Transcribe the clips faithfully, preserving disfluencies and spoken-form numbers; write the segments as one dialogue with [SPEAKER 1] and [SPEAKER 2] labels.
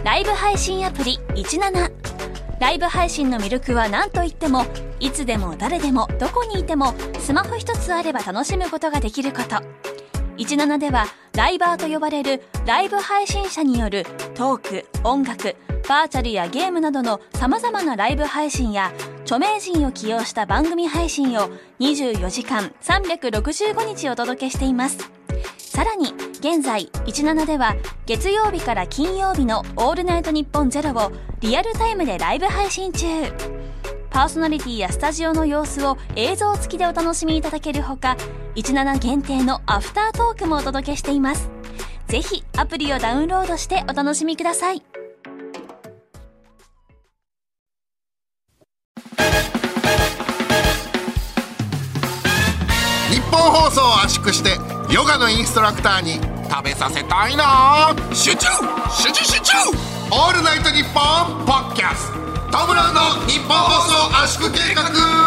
[SPEAKER 1] ライブ配信アプリいちなな。ライブ配信の魅力は何といっても、いつでも誰でもどこにいてもスマホ一つあれば楽しむことができること。いちななではライバーと呼ばれるライブ配信者によるトーク、音楽、バーチャルやゲームなどの様々なライブ配信や、著名人を起用した番組配信をにじゅうよじかんさんびゃくろくじゅうごにちお届けしています。さらに現在いちななでは月曜日から金曜日のオールナイトニッポンゼロをリアルタイムでライブ配信中。パーソナリティやスタジオの様子を映像付きでお楽しみいただけるほか、いちなな限定のアフタートークもお届けしています。ぜひアプリをダウンロードしてお楽しみください。
[SPEAKER 2] 日本放送を圧縮してヨガのインストラクターに食べさせたいな。集中集中集中。オールナイトニッポンポッキャストムラウンの日本放送圧縮計画。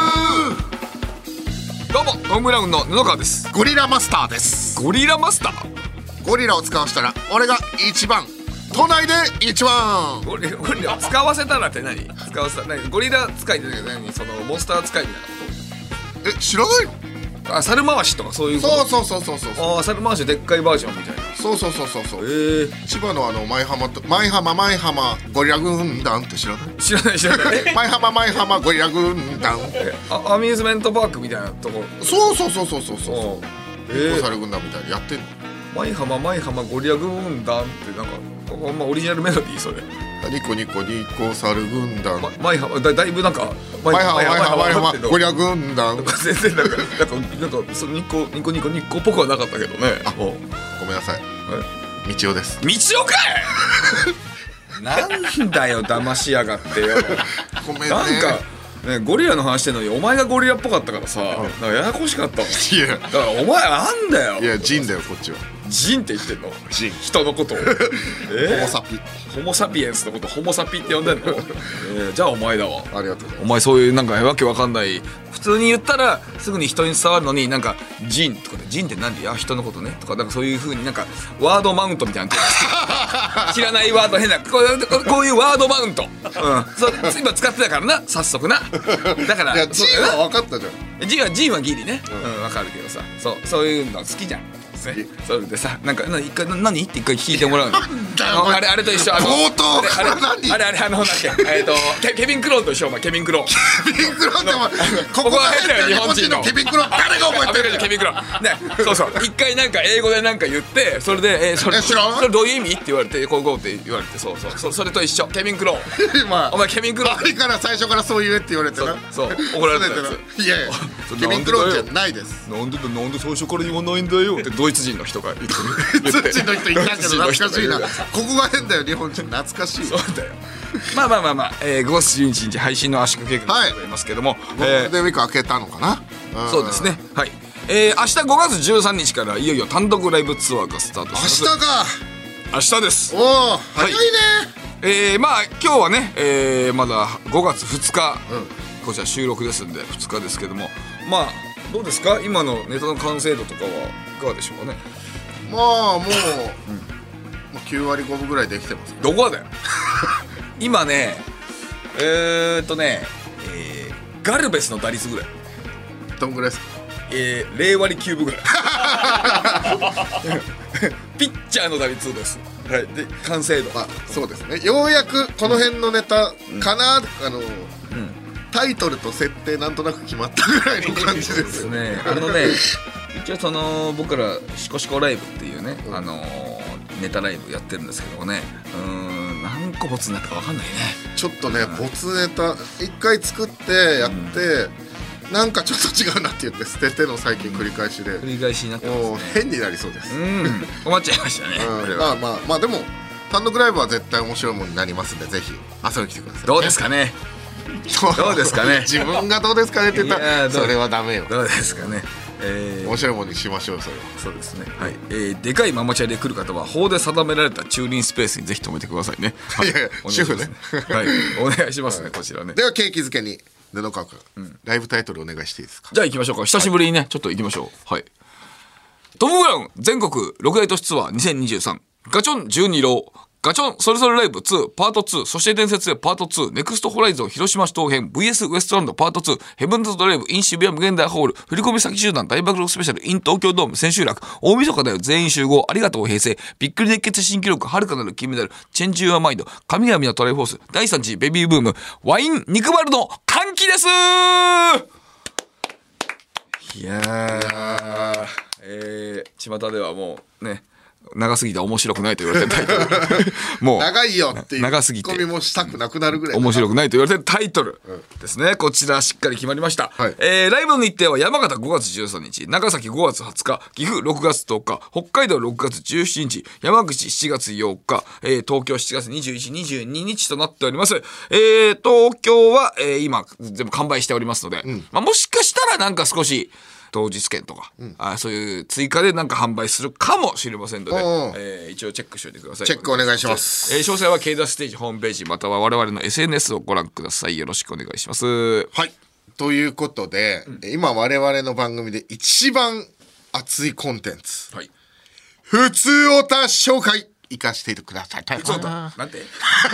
[SPEAKER 3] どうもトムラウンの布川です。
[SPEAKER 2] ゴリラマスターです。
[SPEAKER 3] ゴリラマスター。
[SPEAKER 2] ゴリラを使わせたら俺が一番、都内で一番。
[SPEAKER 3] ゴリラ、ゴリラを使わせたらって何？使わせたら何？ゴリラ使いって何？そのモンスター使いみたいなこと？
[SPEAKER 2] え、知らないの？
[SPEAKER 3] あ、猿回しとかそういうこと？
[SPEAKER 2] そうそうそうそうそう。
[SPEAKER 3] ああ、猿回しでっかいバージョンみたいな。
[SPEAKER 2] そうそうそうそうそう。
[SPEAKER 3] えー、
[SPEAKER 2] 千葉のあの舞浜と舞浜舞浜ゴリラ軍団って知らない？
[SPEAKER 3] 知らない知らない。
[SPEAKER 2] 舞浜舞浜ゴリラ軍団。
[SPEAKER 3] あ、アミューズメントパークみたいなところ。
[SPEAKER 2] そうそうそうそうそうそう。
[SPEAKER 3] えー、
[SPEAKER 2] ゴサル軍団みたいにやってんの。
[SPEAKER 3] 舞浜舞浜ゴリラ軍団ってなんかほんまオリジナルメロディーそれ。
[SPEAKER 2] ニコニコニコサル軍団。
[SPEAKER 3] 舞浜だ、だいぶなんか
[SPEAKER 2] 舞浜舞浜舞浜ゴリラ軍団。
[SPEAKER 3] 全然なんかなんかなんかそニコニコニコニコっぽくはなかったけどね。
[SPEAKER 2] あ、ごめんなさい。みちおです。
[SPEAKER 3] みちおかい。なんだよ騙しやがってよ。
[SPEAKER 2] ごめんね。
[SPEAKER 3] なんかね、ゴリラの話してんのにお前がゴリラっぽかったからさ、なんかややこしかったもん。
[SPEAKER 2] いや
[SPEAKER 3] だからお前なんだよ。
[SPEAKER 2] いやジンだよこっちは。
[SPEAKER 3] ジンって言ってんの？
[SPEAKER 2] ジン。
[SPEAKER 3] 人のことを。
[SPEAKER 2] えー、ホモサピ。
[SPEAKER 3] ホモサピエンスのことホモサピって呼んでんの？えー、じゃあお前だわ。
[SPEAKER 2] ありがとうございます。
[SPEAKER 3] お前そういうなんかわけわかんない普通に言ったらすぐに人に伝わるのになんかジンとかでジンって何でいや人のことねとかなんかそういう風になんかワードマウントみたいな知らないワード変なこうこういうワードマウント、うん、そう今使ってたからな早速な。だから
[SPEAKER 2] いやジンは分かったじゃん。
[SPEAKER 3] ジンはジンはギリね、うんうん、分かるけどさそうそういうの好きじゃん。それでさなんかな一回何って一回聞いてもらうの。あれあれと一緒あの
[SPEAKER 2] 冒頭から
[SPEAKER 3] 何あれあれあのなんだっけえっとケビンクローンと一緒お前ケビンクローン。
[SPEAKER 2] ケビンクローンってお前
[SPEAKER 3] ここは変だよ日本人の
[SPEAKER 2] ケビンクローン誰が覚えてる？
[SPEAKER 3] ケビンクローンねそうそう一回なんか英語でなんか言ってそれでえそれそれどういう意味って言われてこうこうって言われてそうそうそれと一緒ケビンクローン。
[SPEAKER 2] まあ
[SPEAKER 3] お前ケビンクローン。
[SPEAKER 2] あれから最初からそう言えって言われてな。
[SPEAKER 3] そう怒られたや
[SPEAKER 2] つ。いやいやケビンクローンじゃないです。
[SPEAKER 3] なんでなんで最初から言わないんだよってドイツ人の人が言ってる。
[SPEAKER 2] ドイツ人の人いたけど懐かしいな。ここが変だよ日本人懐かしい。
[SPEAKER 3] そうだよ。まあまあまあまあ、えー、ごがつじゅうにち配信の圧縮計画でございますけども、
[SPEAKER 2] ゴールデンウィーク開けたのかな。
[SPEAKER 3] そうですね。はい。えー、明日ごがつじゅうさんにちからいよいよ単独ライブツアーがスタートします。
[SPEAKER 2] 明日か。
[SPEAKER 3] 明日です。
[SPEAKER 2] おお早いね。
[SPEAKER 3] えー、まあ今日はね、えー、まだごがつふつか、うん、こちら収録ですんでふつかですけども、まあどうですか今のネタの完成度とかはいかがでしょうかね。
[SPEAKER 2] まあもう、うん、もうきゅうわりごぶぐらいできてます、ね、
[SPEAKER 3] どこがだよ今ねえー、っとね、えー、ガルベスの打率ぐらい
[SPEAKER 2] どんぐらいですか。
[SPEAKER 3] えー、ゼロわりきゅうぶぐらいピッチャーの打率です。はい、で完成度、
[SPEAKER 2] まあ、そうですね。ようやくこの辺のネタかな、うん、あの、うん、タイトルと設定なんとなく決まったぐらいの感じですよね。
[SPEAKER 3] あのね一応その僕らシコシコライブっていうね、うん、あのネタライブやってるんですけどもね、うーん何個ボツになったか分かんないね。
[SPEAKER 2] ちょっとね、うん、ボツネタ一回作ってやって、うん、なんかちょっと違うなって言って捨てての最近繰り返しで
[SPEAKER 3] 繰り返しになってますね。
[SPEAKER 2] もう変になりそうです。
[SPEAKER 3] うん困っちゃいましたね、
[SPEAKER 2] うん、まあまあまあでも単独ライブは絶対面白いものになりますんでぜひ遊びに来てください、ね、
[SPEAKER 3] どうですかねどうですかね
[SPEAKER 2] 自分がどうですかねって言ったらそれはダメよ。
[SPEAKER 3] どうですかね、えー、
[SPEAKER 2] 面白いものにしましょう。それは
[SPEAKER 3] そうですね、はい。えー、でかいママチャリで来る方は法で定められた駐輪スペースにぜひ止めてくださいね。
[SPEAKER 2] はい、いやいや主婦ね
[SPEAKER 3] はいお願いしますね、はい、こちらね。
[SPEAKER 2] では景気づけに布川君、うん、ライブタイトルお願いしていいですか。
[SPEAKER 3] じゃあ行きましょうか。久しぶりにね、はい、ちょっと行きましょう。はい。トム・ブラウン全国ろく大都市ツアーにせんにじゅうさんガチョンじゅうにろうガチョンそれぞれライブツーパートツー、そして伝説へパートツー、ネクストホライゾン広島市東編 ブイエス ウエストランドパートツー、ヘブンズドライブ in 渋谷無限大ホール、振り込み先集団大爆力スペシャル in 東京ドーム千秋楽、大晦日だよ全員集合、ありがとう平成、びっくり熱血新記録、はるかなる金メダル、チェンジユアマインド、神々のトライフォース、だいさん次ベビーブーム、ワイン肉バルの歓喜です。いやー、えー、巷ではもうね、長すぎて面白くないと言われてるタイトルもう
[SPEAKER 2] 長いよっていう
[SPEAKER 3] 長すぎて
[SPEAKER 2] ツッコミもしたくなくなるぐらい
[SPEAKER 3] 面白くないと言われてるタイトルですね、うん、こちらしっかり決まりました、はい、えー、ライブの日程は山形ごがつじゅうさんにち、長崎ごがつはつか、岐阜ろくがつとおか、北海道ろくがつじゅうしちにち、山口しちがつよっか、えー、東京しちがつにじゅういち、にじゅうににちとなっております。えー、東京は、えー、今全部完売しておりますので、うん、まあ、もしかしたらなんか少し当日券とか、うん、あそういう追加でなんか販売するかもしれませんので、えー、一応チェックしておいてください。
[SPEAKER 2] チェックお願いします。
[SPEAKER 3] えー、詳細は ケイダステージホームページまたは我々の エスエヌエス をご覧ください。よろしくお願いします。
[SPEAKER 2] はい、ということで、うん、今我々の番組で一番熱いコンテンツ、はい、ふつおた紹介行かせてください。
[SPEAKER 3] ふつおたなんて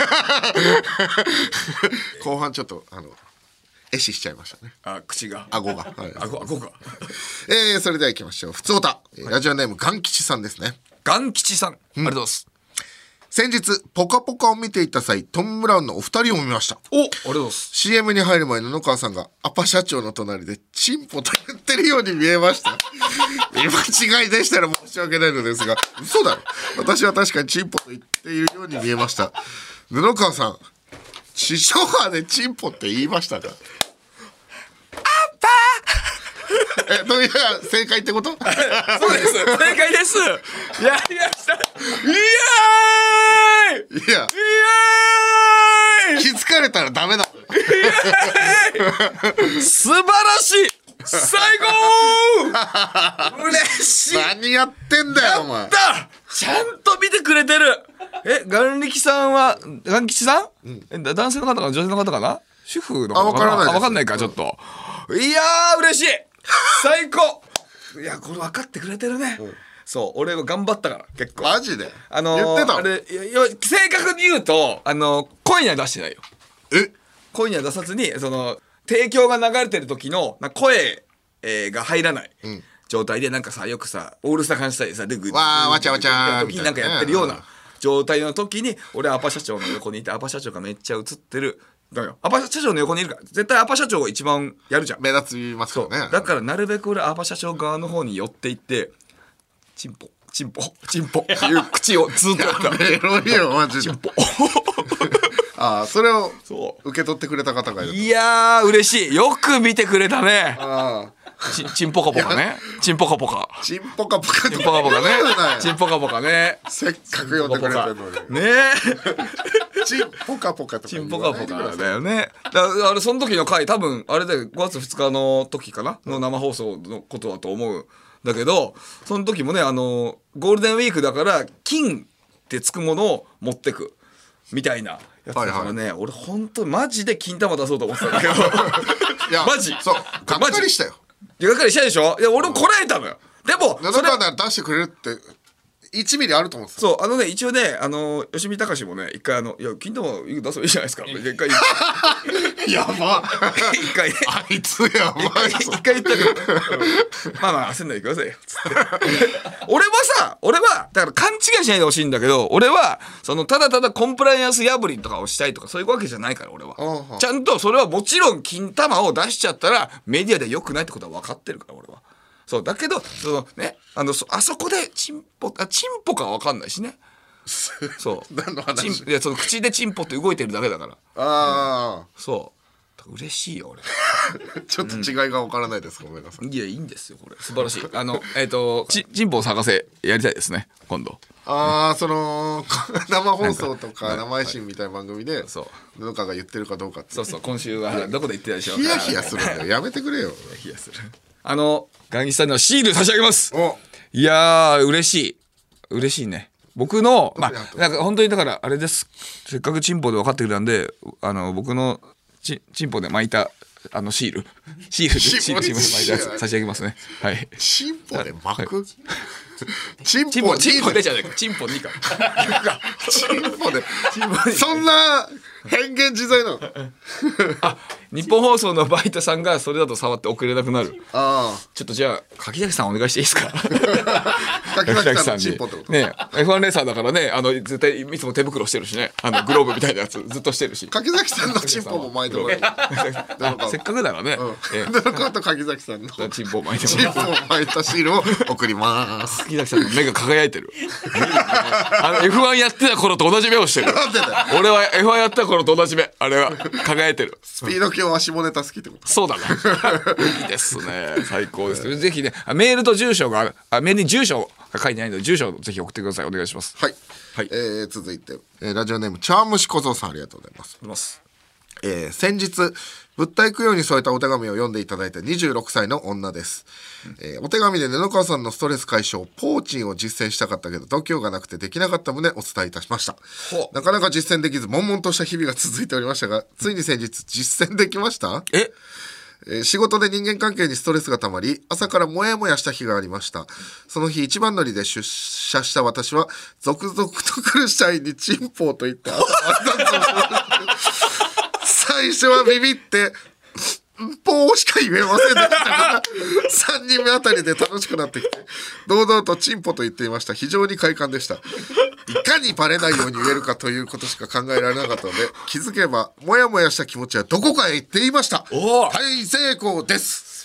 [SPEAKER 2] 後半ちょっとあの壊死しちゃいましたね。
[SPEAKER 3] あ、口が
[SPEAKER 2] 顎が、はい、
[SPEAKER 3] 顎顎が
[SPEAKER 2] えー、それでは行きましょう。ふつおた、ラジオネームガン吉さんですね。
[SPEAKER 3] ガン吉さん、うん、ありがとうございます。
[SPEAKER 2] 先日ポカポカを見ていた際、トム・ブラウンのお二人を見ました。
[SPEAKER 3] お、ありがとうございます。
[SPEAKER 2] シーエム に入る前の布川さんがアパ社長の隣でチンポと言ってるように見えました見間違いでしたら申し訳ないのですが、嘘だろ、私は確かにチンポと言っているように見えました。布川さん、地上波でチンポって言いましたか？え、どういう正解ってこと？
[SPEAKER 3] そうです、正解です。やりました。イエーイ。
[SPEAKER 2] いや、イエーイ。気づかれたらダメだ。
[SPEAKER 3] 素晴らしい。最高。嬉しい。
[SPEAKER 2] 何やってんだよお前。
[SPEAKER 3] やった。ちゃんと見てくれてる。え、ガンリキさんはガン吉さん？うん、男性の方かな、女性の方かな、主婦の方かな。あ、分からないです。あ、分かんないか、ちょっと。いやー嬉しい。最高。いや、これ分かってくれてるね、うん、そう、俺は頑張ったから結構。
[SPEAKER 2] マジで、
[SPEAKER 3] あのー、
[SPEAKER 2] 言ってた。
[SPEAKER 3] あれ、いや正確に言うと、あのー、声には出してないよ。
[SPEAKER 2] え、
[SPEAKER 3] 声には出さずに、その提供が流れてる時の声、えー、が入らない、うん、状態で、なんかさ、よくさオールスター感謝祭でさ、でグ
[SPEAKER 2] わーわちゃわちゃ
[SPEAKER 3] ーみたいな時になんかやってるような状態の時に、俺はアパ社長の横にいて、アパ社長がめっちゃ映ってるだよ。アパ社長の横にいるから絶対アパ社長が一番やるじゃん。
[SPEAKER 2] 目立ちますからね。
[SPEAKER 3] だからなるべく俺アパ社長側の方に寄っていって、チンポチンポチンポっていう口をずっとやった
[SPEAKER 2] メロいよマジで。チンポああ、それを受け取ってくれた方がいる。
[SPEAKER 3] いやー嬉しい。よく見てくれたね。あチ, チンポカポカね。チンポカポカ。
[SPEAKER 2] チンポカポカ。
[SPEAKER 3] チンポカポカね。チンポカポカね。
[SPEAKER 2] せっかく呼んでくれてるのに。
[SPEAKER 3] ねえ。
[SPEAKER 2] チンポカポカとか。
[SPEAKER 3] チンポカポカだよね。だあれその時の回多分あれでごがつふつかの時かなの生放送のことだと思う。だけどその時もね、あのゴールデンウィークだから金ってつくものを持ってくみたいなやつだからね。はいはい、俺本当マジで金玉出そうと思ってたんだけど。いやマジ。
[SPEAKER 2] そう。がっかりしたよ。
[SPEAKER 3] がっかりしたでしょ。いや俺もこらえたのよ。でも
[SPEAKER 2] それは出してくれるっていちミリあると思ってた。
[SPEAKER 3] そう、あのね、一応ね、あの吉見隆もね、一回あのいや金玉出せばいいじゃないですか。一回
[SPEAKER 2] やば。
[SPEAKER 3] 一回ね、
[SPEAKER 2] あいつやばい。
[SPEAKER 3] 一回言ったけど、まあまあ焦んないでくださいよ。つって俺もさ、俺はだから勘違いしないでほしいんだけど、俺はそのただただコンプライアンス破りとかをしたいとかそういうわけじゃないから、俺はちゃんとそれはもちろん金玉を出しちゃったらメディアで良くないってことは分かってるから、俺は。そうだけどそのね、あの そ, あそこでチンポあチンポか分かんないしね。そう
[SPEAKER 2] 何の話。
[SPEAKER 3] チンいやその口でチンポって動いてるだけだから。あ
[SPEAKER 2] あ、
[SPEAKER 3] うん、そう嬉しいよ俺。
[SPEAKER 2] ちょっと違いが分からないです、うん、ごめんなさい。
[SPEAKER 3] いやいいんですよこれ、素晴らしい。あのえっ、ー、とチンポを探せやりたいですね今度。
[SPEAKER 2] ああ、その生放送とか生配信みたいな番組で布川が言ってるかどうかって、
[SPEAKER 3] そうそう、今週はどこで言ってたでしょうか。
[SPEAKER 2] ヒヤヒヤするんだよ、やめてくれよ。
[SPEAKER 3] ヒヤする。あのガンギさんのシール差し上げます。いやー嬉しい嬉しいね。僕のまあなんか本当にだからあれです、せっかくチンポで分かってくれたんで、あの僕のチチンポで巻いたあのシールシールシールシール巻いたやつ差し上げますね。はい。
[SPEAKER 2] チンポで巻く、はい、
[SPEAKER 3] チンポチンポでじゃないか、チンポにかチンポ
[SPEAKER 2] でそんな変幻自在なの。
[SPEAKER 3] あ、日本放送のバイトさんがそれだと触って送れなくなる。
[SPEAKER 2] あ
[SPEAKER 3] ちょっとじゃあ柿崎さんお願いしていいですか。
[SPEAKER 2] 柿崎さんのチンポってこと
[SPEAKER 3] ね、エフワン レーサーだからね、あの絶対いつも手袋してるしね、あのグローブみたいなやつずっとしてるし。
[SPEAKER 2] 柿崎さんのチンポも巻いてもらえる。
[SPEAKER 3] せっかくならね、
[SPEAKER 2] うん、だからと柿崎さんの
[SPEAKER 3] チンポを巻いて
[SPEAKER 2] チンポを巻いたシールを送ります。
[SPEAKER 3] 柿崎さんの目が輝いてる。あの エフワン やってた頃と同じ目をしてる。俺は エフワン やってた頃と同じ目、あれは輝いてる。
[SPEAKER 2] スピード系は下ネタ好きってこと。
[SPEAKER 3] そうだな。いいですね。最高です。ぜひね、メールと住所があメールに住所が書いてないので住所をぜひ送ってください。お願いします。
[SPEAKER 2] はい。はい、えー、続いて、えー、ラジオネーム茶虫小僧さん、ありがとうございます。
[SPEAKER 3] ます
[SPEAKER 2] えー、先日物体供養に添えたお手紙を読んでいただいたにじゅうろくさいの女です、うんえー、お手紙で布川さんのストレス解消ポーチンを実践したかったけど度胸がなくてできなかった旨お伝えいたしました。なかなか実践できず悶々とした日々が続いておりましたが、ついに先日実践できました。
[SPEAKER 3] え
[SPEAKER 2] えー、仕事で人間関係にストレスがたまり朝からモヤモヤした日がありました。その日一番乗りで出社した私は続々と来る社員にチンポーと言って最初はビビってポーしか言えませんでしたがさんにんめあたりで楽しくなってきて堂々とチンポと言っていました。非常に快感でした。いかにバレないように言えるかということしか考えられなかったので気づけばモヤモヤした気持ちはどこかへ行っていました。大成功です。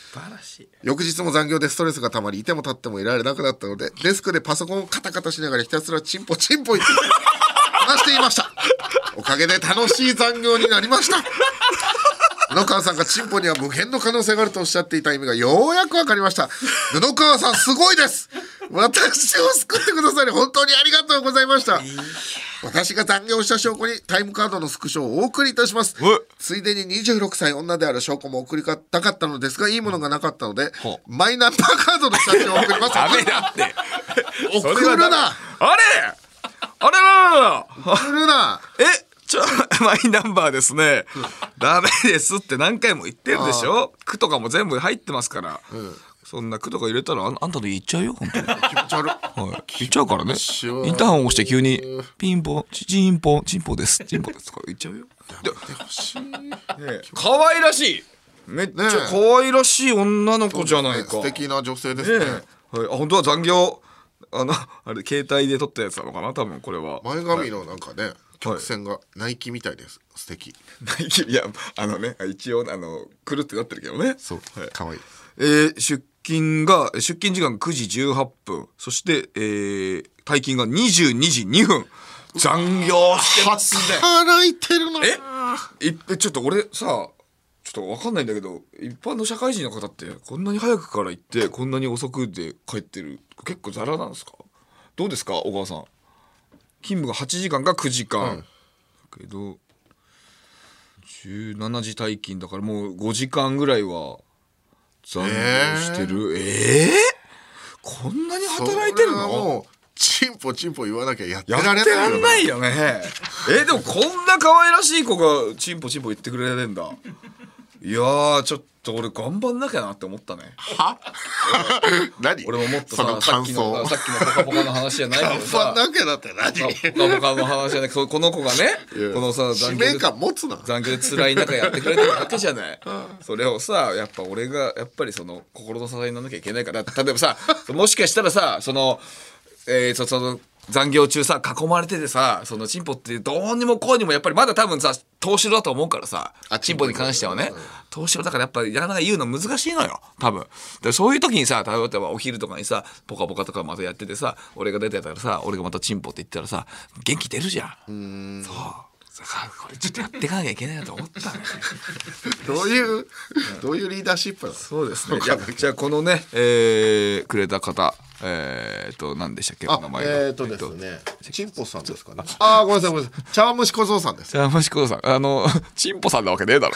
[SPEAKER 3] 素晴らしい。
[SPEAKER 2] 翌日も残業でストレスがたまりいても立ってもいられなくなったのでデスクでパソコンをカタカタしながらひたすらチンポチンポ言って話していました。おかげで楽しい残業になりました。布川さんがチンポには無限の可能性があるとおっしゃっていた意味がようやく分かりました。布川さんすごいです。私を救ってくださり本当にありがとうございました。私が残業した証拠にタイムカードのスクショをお送りいたします。ついでににじゅうろくさい女である証拠も送りたかったのですがいいものがなかったのでマイナンバーカードの写真を送ります。
[SPEAKER 3] ダメだって
[SPEAKER 2] 送るな。
[SPEAKER 3] あれあれら
[SPEAKER 2] 送るな。
[SPEAKER 3] えちょマイナンバーですね、うん、ダメですって何回も言ってるでしょ。区とかも全部入ってますから、うん、そんな区とか入れたら あ, あんたで言っちゃうよ本当に気持ち悪い、はい、言っちゃうからね。インターホン押して急にピンポンチンポンチンポですチンポですとか言っちゃうよ。で可愛らしいめっちゃ可愛らしい女の子じゃないか、ね、
[SPEAKER 2] 素敵な女性ですね、
[SPEAKER 3] ね、はい、あ本当は残業あのあれ携帯で撮ったやつなのかな多分これは
[SPEAKER 2] 前髪のなんかね、はい曲線がナイキみたいです。素敵。
[SPEAKER 3] ナイキいやあのね一応あのくるってなってるけどね。
[SPEAKER 2] そう、はい、かわいい。
[SPEAKER 3] えー、出勤が出勤時間くじじゅうはっぷんそして、えー、退勤がにじゅうにじにふん残業してますね。
[SPEAKER 2] 働いてるな。
[SPEAKER 3] えいちょっと俺さちょっと分かんないんだけど一般の社会人の方ってこんなに早くから行ってこんなに遅くで帰ってる結構ザラなんですか。どうですか小川さん。勤務がはちじかんかくじかん、うん、けどじゅうしちじ退勤だからもうごじかんぐらいは残業してる。えー、えー、こんなに働いてるの。
[SPEAKER 2] もうチンポチンポ言わなきゃやってられないよね。
[SPEAKER 3] やってらんないよね。えー、でもこんな可愛らしい子がチンポチンポ言ってくれるんだ。いやーちょっと俺頑張んなきゃなって思ったね。
[SPEAKER 2] は何
[SPEAKER 3] 俺ももっとささっきのさっきのポカポカの話じゃないけどさ
[SPEAKER 2] 頑張んなきゃなって何
[SPEAKER 3] ポカポカの話じゃないこの子がねこのさ
[SPEAKER 2] 使命感持つな
[SPEAKER 3] 残業で辛い中やってくれてるわけじゃないそれをさやっぱ俺がやっぱりその心の支えにならなきゃいけないから。例えばさもしかしたらさそのえー、そ, その残業中さ囲まれててさそのチンポってどうにもこうにもやっぱりまだ多分さ投資だと思うからさチンポに関してはね投資だからやっぱりやらない言うの難しいのよ多分。でそういう時にさ例えばお昼とかにさポカポカとかまたやっててさ俺が出てたらさ俺がまたチンポって言ったらさ元気出るじゃん。うーんそうこれちょっとやっていかなきゃいけないなと思ったね
[SPEAKER 2] どういうどういうリーダーシップなの。
[SPEAKER 3] そうですね。じゃあじゃあこのね、えー、くれた方えー、っと何でしたっけお名前が。
[SPEAKER 2] えー、っとですねチンポさんですかね。ああごめんなさいごめんなさい茶虫小僧さんです。
[SPEAKER 3] 茶虫小僧さんあのチンポさんなわけねえだろ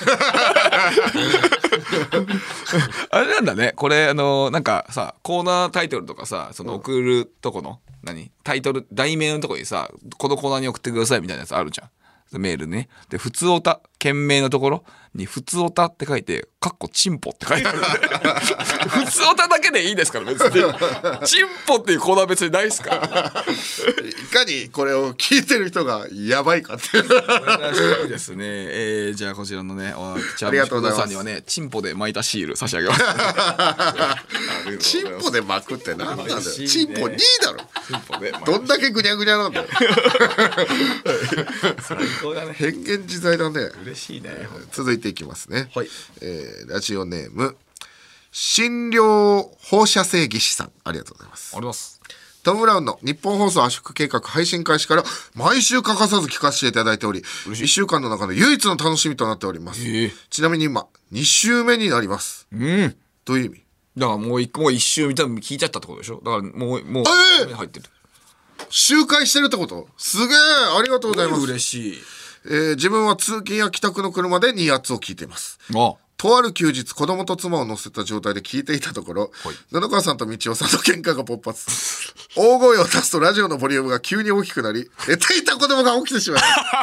[SPEAKER 3] あれなんだねこれあのなんかさコーナータイトルとかさその送るとこの、うん、何タイトル題名のとこにさこのコーナーに送ってくださいみたいなやつあるじゃんメールね。で普通おた件名のところにふつおたって書いてかっこチンポって書いてあるんでふつおただけでいいですから別にチンポっていうコーナー別にないですから
[SPEAKER 2] いかにこれを聞いてる人がやばいかっていう
[SPEAKER 3] そうですね、えー、じゃあこちらのね
[SPEAKER 2] ありがとうございます。
[SPEAKER 3] さんにはねチンポで巻いたシール差し上げます
[SPEAKER 2] チンポで巻くって何なんだよ、ね、チンポにだろ
[SPEAKER 3] チンポで
[SPEAKER 2] どんだけぐにゃぐにゃなんだよ
[SPEAKER 3] 最高だね。
[SPEAKER 2] 変幻自在だね。
[SPEAKER 3] 嬉しいね。
[SPEAKER 2] 続いていきますね、
[SPEAKER 3] はい。
[SPEAKER 2] えー、ラジオネーム診療放射性技師さん、ありがとうございます。
[SPEAKER 3] あります。
[SPEAKER 2] トム・ブラウンの日本放送圧縮計画配信開始から毎週欠かさず聞かせていただいており、いっしゅうかんの中の唯一の楽しみとなっております。
[SPEAKER 3] えー、
[SPEAKER 2] ちなみに今に週目になります。
[SPEAKER 3] うん。
[SPEAKER 2] どういう意味？
[SPEAKER 3] だからもう一個もう一周見た聞いちゃったってことでしょ。だからもうもう、
[SPEAKER 2] えー、
[SPEAKER 3] 入ってる。
[SPEAKER 2] 周回してるってこと？すげえ、ありがとうございます。
[SPEAKER 3] 嬉しい。
[SPEAKER 2] えー、自分は通勤や帰宅の車でニーアツを聞いています。
[SPEAKER 3] ああ。
[SPEAKER 2] とある休日、子供と妻を乗せた状態で聞いていたところ、布川さんと道夫さんの喧嘩が勃発。大声を出すとラジオのボリュームが急に大きくなり、寝ていた子供が起きてしまい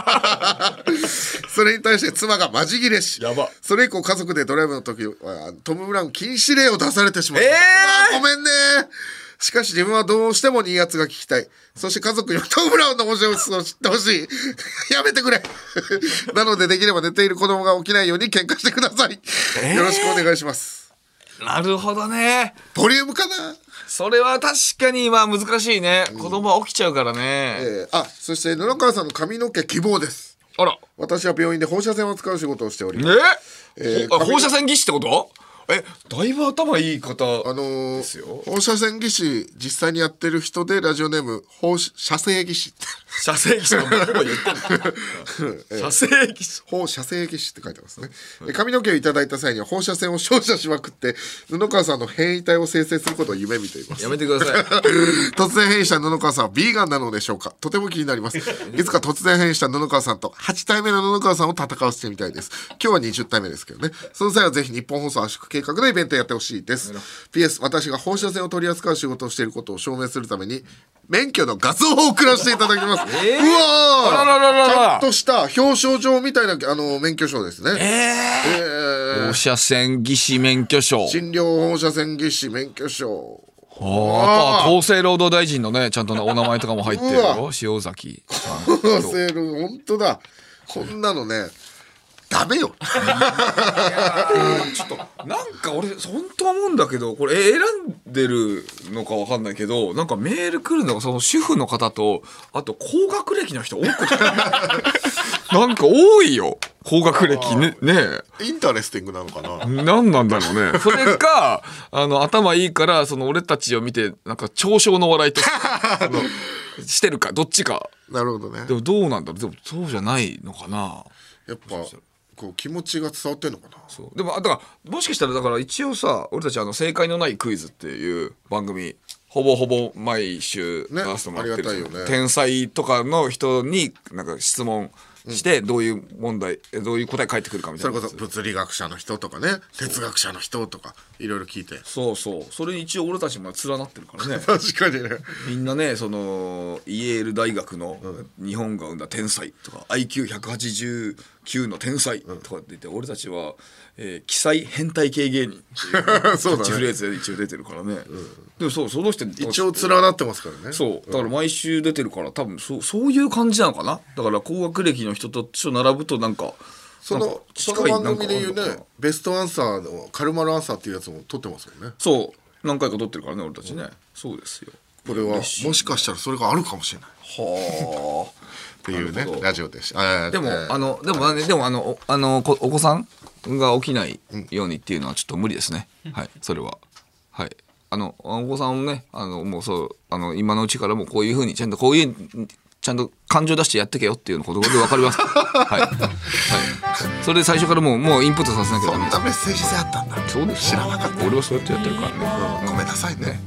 [SPEAKER 2] それに対して妻がマジギレし、
[SPEAKER 3] やば。
[SPEAKER 2] それ以降家族でドライブの時はトム・ブラウン禁止令を出されてしまった。
[SPEAKER 3] え
[SPEAKER 2] ー、ごめんね。しかし自分はどうしてもニーアツが聞きたい。そして家族にもトム・ブラウンの面白さを知ってほしい。やめてくれなのでできれば寝ている子供が起きないように喧嘩してください、えー、よろしくお願いします。
[SPEAKER 3] なるほどね。
[SPEAKER 2] ボリュームかな。
[SPEAKER 3] それは確かにまあ難しいね、うん、子供は起きちゃうからね、
[SPEAKER 2] えー、あ、そして布川さんの髪の毛希望です。
[SPEAKER 3] あら、
[SPEAKER 2] 私は病院で放射線を使う仕事をしております。
[SPEAKER 3] ええー、放射線技師ってこと？え、だいぶ頭いい方
[SPEAKER 2] あのー、
[SPEAKER 3] ですよ。
[SPEAKER 2] 放射線技師実際にやってる人でラジオネーム放射性技師
[SPEAKER 3] 射精技師のほぼ言ってる射精技師
[SPEAKER 2] 放射性技師って書いてますね、うん、髪の毛をいただいた際には放射線を照射しまくって布川さんの変異体を生成することを夢見ています。
[SPEAKER 3] やめてください
[SPEAKER 2] 突然変異した布川さんはビーガンなのでしょうか。とても気になります。いつか突然変異した布川さんとはち体目の布川さんを戦わせてみたいです。今日はにじゅう体目ですけどね。その際はぜひ日本放送圧縮計画のイベントやってほしいです。 ピーエス 私が放射線を取り扱う仕事をしていることを証明するために免許の画像を送らせていただきます。えー、うわー、
[SPEAKER 3] ららららら、
[SPEAKER 2] ちゃんとした表彰状みたいなあの免許証ですね。
[SPEAKER 3] えーえー、放射線技師免許証、
[SPEAKER 2] 診療放射線技師免許証、
[SPEAKER 3] ああ、厚生労働大臣のねちゃんとお名前とかも入ってるよ。塩崎
[SPEAKER 2] 厚生労働、本当だ。こんなのねダメよちょっと
[SPEAKER 3] なんか俺本当思うんだけど、これ選んでるのか分かんないけど、なんかメール来るのがその主婦の方とあと高学歴の人多くてなんか多いよ高学歴ね。ね
[SPEAKER 2] インタレスティングなのかな。
[SPEAKER 3] 何なんだろうね。それかあの頭いいからその俺たちを見てなんか嘲笑の笑いとしてるかどっちか。
[SPEAKER 2] なるほどね。
[SPEAKER 3] でもどうなんだろう。でもそうじゃないのかな。
[SPEAKER 2] やっぱこう気持ちが伝わってんのかな。
[SPEAKER 3] そうでもだからもしかしたらだから一応さ俺たちあの正解のないクイズっていう番組ほぼほぼ毎週出してもらってる、ねね、天才とかの人になんか質問してどういう問題、うん、どういう答え返ってくるかみたいな。
[SPEAKER 2] それこそ物理学者の人とかね哲学者の人とかいろいろ聞いて、
[SPEAKER 3] そうそうそれに一応俺たちも連なってるからね
[SPEAKER 2] 確かにね。み
[SPEAKER 3] んなねそのイェール大学の日本が生んだ天才とか アイキューひゃくはちじゅうきゅう の天才とかって言って、うん、俺たちは、えー、奇才変態系芸人っていうキャッチフレーズで一応出てるからね、うん、でもそうその人
[SPEAKER 2] 一応連なってますからね。
[SPEAKER 3] そうだから毎週出てるから多分そ そ, ういう感じなのかな。だから高学歴の人と並ぶとなんか
[SPEAKER 2] そのその番組でいうねベストアンサーのカルマルアンサーっていうやつも撮ってますよね。
[SPEAKER 3] そう何回か撮ってるからね俺たちね、うん、そうですよ。
[SPEAKER 2] これはもしかしたらそれがあるかもしれないはあっていうねラジオでした。
[SPEAKER 3] でも、えー、あのでもでもあのあのお子さんが起きないようにっていうのはちょっと無理ですね、うん、はいそれははいあのお子さんをねあのもうそうあの今のうちからもうこういう風にちゃんとこういうちゃんと感情出してやってけよっていうのことで分かりますはい、はい、それで最初からもうもうインプットさせなきゃダメです。
[SPEAKER 2] そんなメッセージ性あったんだ。
[SPEAKER 3] そうです
[SPEAKER 2] 知らなかった。
[SPEAKER 3] 俺はそうやってやってるからね、
[SPEAKER 2] うん、ごめんなさいね、ね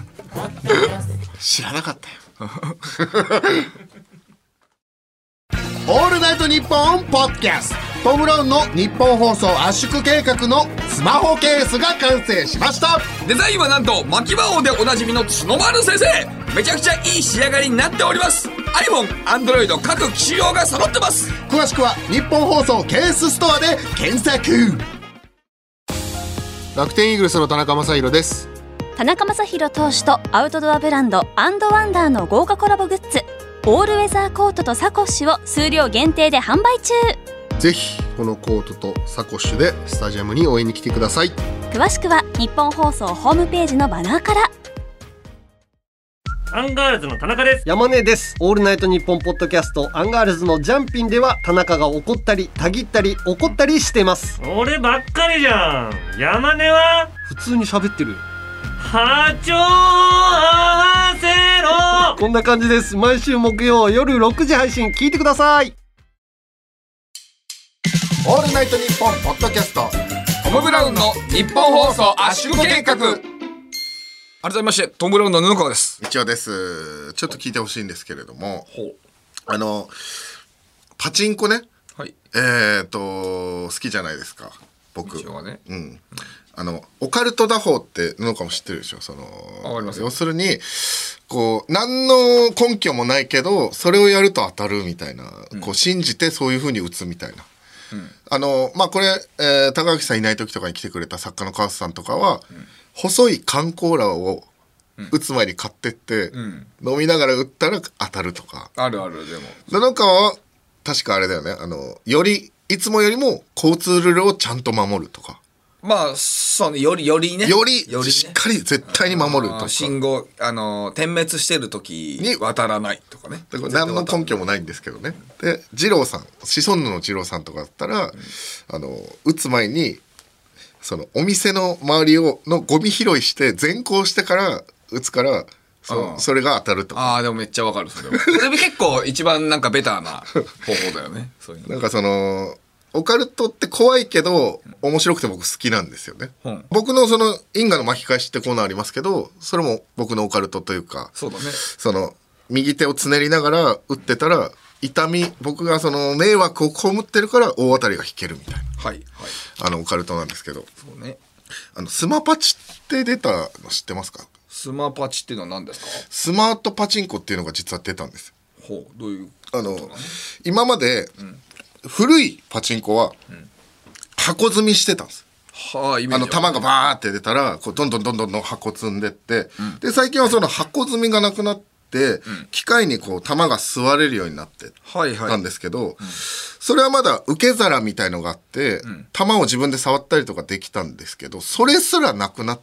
[SPEAKER 2] 知らなかったよオールナイトニッポンポッドキャストム・ブラウンの日本放送圧縮計画のスマホケースが完成しました。
[SPEAKER 3] デザインはなんと牧場王でおなじみの角丸先生。 めちゃくちゃいい仕上がりになっております。 iPhone、Android 各機種用が揃ってます。
[SPEAKER 2] 詳しくは日本放送ケースストアで検索。楽天イーグルスの田中将大です。
[SPEAKER 1] 田中将大投手とアウトドアブランドアンドワンダーの豪華コラボグッズ、オールウェザーコートとサコッシュを数量限定で販売中。
[SPEAKER 2] ぜひこのコートとサコッシュでスタジアムに応援に来てください。
[SPEAKER 1] 詳しくは日本放送ホームページのバナーから。
[SPEAKER 4] アンガールズの田中です。
[SPEAKER 5] 山根です。オールナイトニッポンポッドキャストアンガールズのジャンピンでは田中が怒ったりたぎったり怒ったりしてます。
[SPEAKER 4] 俺ばっかりじゃん。山根は
[SPEAKER 5] 普通に喋ってる。
[SPEAKER 4] 波長合わせろ。
[SPEAKER 5] こんな感じです。毎週木曜夜ろくじ配信聞いてください。
[SPEAKER 2] オールナイトニッポンポッドキャスト
[SPEAKER 3] トム・ブラウンの日本放送圧縮計画。改めましてトム・ブラウンの布川です。
[SPEAKER 2] 道夫です。ちょっと聞いてほしいんですけれども、
[SPEAKER 3] ほう、
[SPEAKER 2] あのパチンコね、
[SPEAKER 3] はい、
[SPEAKER 2] えーと好きじゃないですか僕。
[SPEAKER 3] 道夫はね、
[SPEAKER 2] うん、あのオカルト打法って布川も知ってるでしょ。その
[SPEAKER 3] わかりますよ。
[SPEAKER 2] 要するにこう何の根拠もないけどそれをやると当たるみたいな、うん、こう信じてそういう風に打つみたいな。うん、あのまあこれ、えー、高垣さんいない時とかに来てくれた作家の川瀬さんとかは、うん、細い缶コーラを打つ前に買ってって、うん、飲みながら打ったら当たるとか。
[SPEAKER 3] あるある。でも
[SPEAKER 2] 布川は確かあれだよね、あのよりいつもよりも交通ルールをちゃんと守るとか。
[SPEAKER 3] まあそうね、よりよりね
[SPEAKER 2] よりしっかり絶対に守るとか。
[SPEAKER 3] 信号あの点滅してる時に渡らないとかね。
[SPEAKER 2] だから何の根拠もないんですけどね。で二郎さん、シソンヌの二郎さんとかだったら、うん、あの打つ前にそのお店の周りをのゴミ拾いして全校してから打つから、そ, それが当たるとか。
[SPEAKER 3] ああでもめっちゃわかる。それはそれ結構一番なんかベターな方法だよね。そういうの
[SPEAKER 2] なんかそのオカルトって怖いけど面白くて僕好きなんですよね、うん、僕のその因果の巻き返しってコーナーありますけど、それも僕のオカルトというか。
[SPEAKER 3] そうだね。
[SPEAKER 2] その右手をつねりながら打ってたら痛み、僕がその迷惑を被ってるから大当たりが引けるみたいな、
[SPEAKER 3] はいはい、
[SPEAKER 2] あのオカルトなんですけど。
[SPEAKER 3] そうね。あ
[SPEAKER 2] のスマパチって出たの知ってますか？
[SPEAKER 3] スマパチっていうのは何ですか？
[SPEAKER 2] スマートパチンコっていうのが実は出たんです。
[SPEAKER 3] ほう、どういう
[SPEAKER 2] あの今まで、うん、古いパチンコは、うん、箱積みしてたんです。
[SPEAKER 3] はあ、イメージ
[SPEAKER 2] あの玉がバーって出たらこうどんどんどんどんどん箱積んでって、うん、で最近はその箱積みがなくなって、うん、機械にこう玉が吸われるようになってたんですけど、はいはい、うん、それはまだ受け皿みたいのがあって、うん、玉を自分で触ったりとかできたんですけど、それすらなくなって、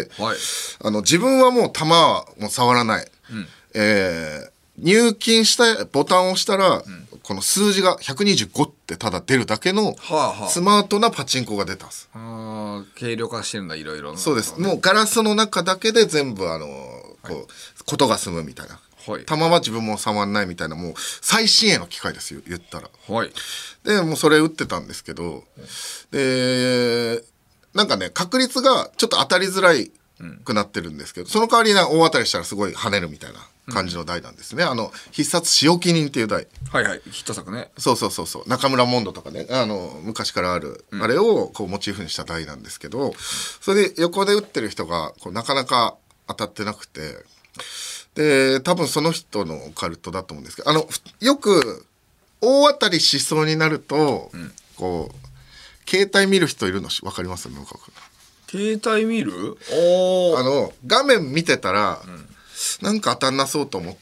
[SPEAKER 2] はい、あの自分はもう玉はもう触らない、うん、えー、入金したボタンを押したら、うん、この数字がひゃくにじゅうごってただ出るだけのスマートなパチンコが出たんです。
[SPEAKER 3] はあ、軽量化してるんだ、いろいろ。
[SPEAKER 2] そうです。もうガラスの中だけで全部あのこう、はい、ことが済むみたいな。はい、玉は自分も触らないみたいな、もう最新鋭の機械ですよ、言ったら。はい。でもうそれ打ってたんですけど、でなんかね確率がちょっと当たりづらいくなってるんですけど、その代わりな大当たりしたらすごい跳ねるみたいな感じの台なんですね、うん、あの必殺仕置き人っていう台。
[SPEAKER 3] はいはい、ヒット作ね。
[SPEAKER 2] そうそうそうそう、中村モンドとかね、あの昔からある、うん、あれをこうモチーフにした台なんですけど、それで横で打ってる人がこうなかなか当たってなくて、で多分その人のオカルトだと思うんですけど、あのよく大当たりしそうになると、うん、こう携帯見る人いるの分かります？野川君。
[SPEAKER 3] 携帯見る？
[SPEAKER 2] おあの画面見てたら、うん、なんか当たんなそうと思って、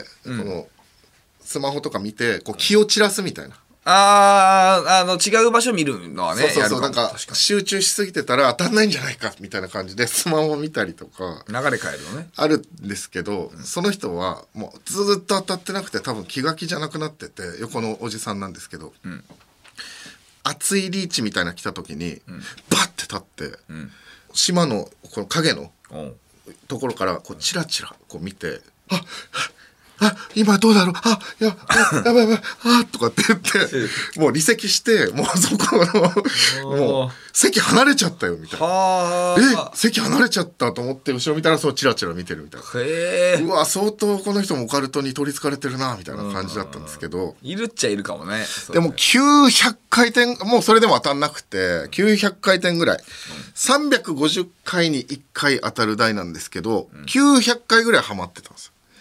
[SPEAKER 2] うん、このスマホとか見てこう気を散らすみたいな。
[SPEAKER 3] あー、あの違う場所見るのはね。
[SPEAKER 2] そうそうそう、なんか集中しすぎてたら当たんないんじゃないかみたいな感じでスマホ見たりとか
[SPEAKER 3] 流れ変えるのね
[SPEAKER 2] あるんですけど、うん、その人はもうずっと当たってなくて多分気が気じゃなくなってて、横のおじさんなんですけど、うん、熱いリーチみたいな来た時に、うん、バッて立って、うん、島のこの影のところからこうチラチラこう見て、あっあ、今どうだろう、あ、いや、やばいやばい、あとかって言ってもう離席して、もうそこのもう席離れちゃったよみたいな。え、席離れちゃったと思って後ろ見たらそうチラチラ見てるみたいな。へー、うわ相当この人もオカルトに取りつかれてるなみたいな感じだったんですけど、
[SPEAKER 3] いるっちゃいるかもね。
[SPEAKER 2] でもきゅうひゃくかい転、もうそれでも当たんなくてきゅうひゃくかい転ぐらい、うん、さんびゃくごじゅっかいにいっかい当たる台なんですけど、うん、きゅうひゃっかいぐらいハマってたんですよ。